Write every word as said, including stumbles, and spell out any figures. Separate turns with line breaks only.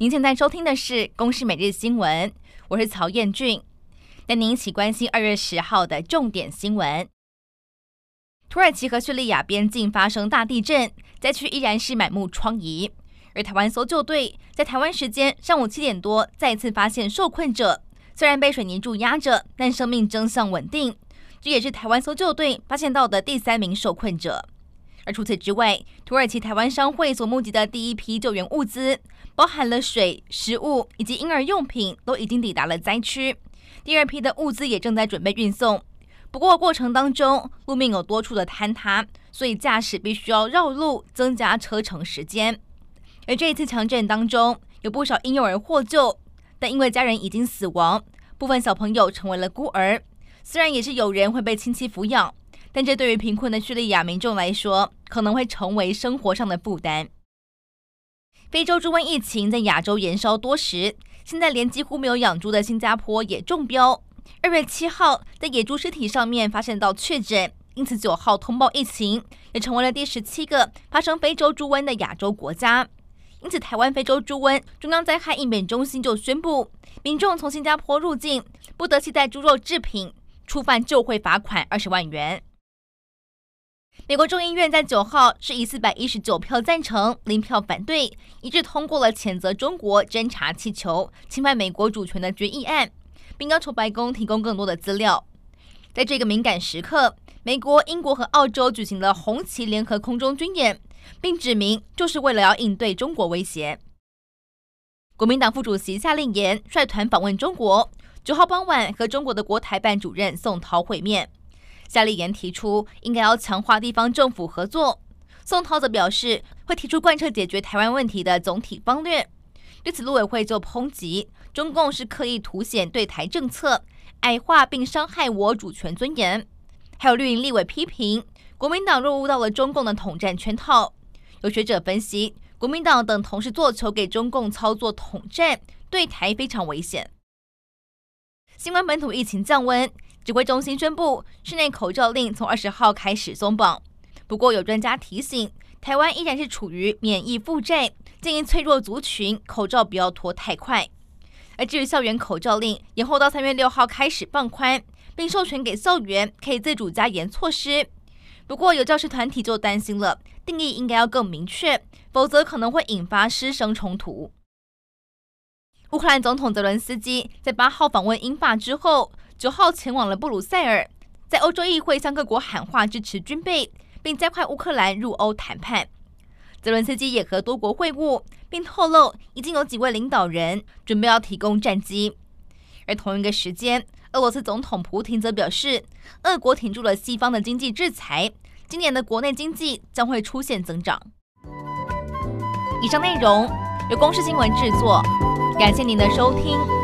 您现在收听的是《公视每日新闻》，我是曹彦俊，带您一起关心二月十号的重点新闻。土耳其和叙利亚边境发生大地震，灾区依然是满目疮痍。而台湾搜救队在台湾时间上午七点多再次发现受困者，虽然被水泥柱压着，但生命征象稳定。这也是台湾搜救队发现到的第三名受困者。而除此之外，土耳其台湾商会所募集的第一批救援物资，包含了水、食物以及婴儿用品，都已经抵达了灾区。第二批的物资也正在准备运送。不过过程当中，路面有多处的坍塌，所以驾驶必须要绕路，增加车程时间。而这一次强震当中，有不少婴幼儿获救，但因为家人已经死亡，部分小朋友成为了孤儿。虽然也是有人会被亲戚抚养，但这对于贫困的叙利亚民众来说，可能会成为生活上的负担。非洲猪瘟疫情在亚洲延烧多时，现在连几乎没有养猪的新加坡也中标。二月七号，在野猪尸体上面发现到确诊，因此九号通报疫情，也成为了第十七个发生非洲猪瘟的亚洲国家。因此，台湾非洲猪瘟中央灾害应变中心就宣布，民众从新加坡入境不得携带猪肉制品，触犯就会罚款二十万元。美国众议院在九号是以四百一十九票赞成、零票反对，一致通过了谴责中国侦察气球侵犯美国主权的决议案，并要求白宫提供更多的资料。在这个敏感时刻，美国、英国和澳洲举行了红旗联合空中军演，并指明就是为了要应对中国威胁。国民党副主席夏立言率团访问中国，九号傍晚和中国的国台办主任宋涛会面。夏立言提出应该要强化地方政府合作，宋涛则表示会提出贯彻解决台湾问题的总体方略。对此，陆委会就抨击中共是刻意凸显对台政策，矮化并伤害我主权尊严。还有绿营立委批评国民党落入到了中共的统战圈套。有学者分析，国民党等同时做球给中共操作统战，对台非常危险。新冠本土疫情降温，指挥中心宣布室内口罩令从二十号开始松绑。不过有专家提醒，台湾依然是处于免疫负债，建议脆弱族群口罩不要脱太快。而至于校园口罩令，延后到三月六号开始放宽，并授权给校园可以自主加严措施。不过有教师团体就担心了，定义应该要更明确，否则可能会引发师生冲突。乌克兰总统泽伦斯基在八号访问英法之后，九号前往了布鲁塞尔，在欧洲议会向各国喊话支持军备，并加快乌克兰入欧谈判。泽伦斯基也和多国会晤，并透露已经有几位领导人准备要提供战机。而同一个时间，俄罗斯总统普亭则表示，俄国挺住了西方的经济制裁，今年的国内经济将会出现增长。以上内容由公视新闻制作，感谢您的收听。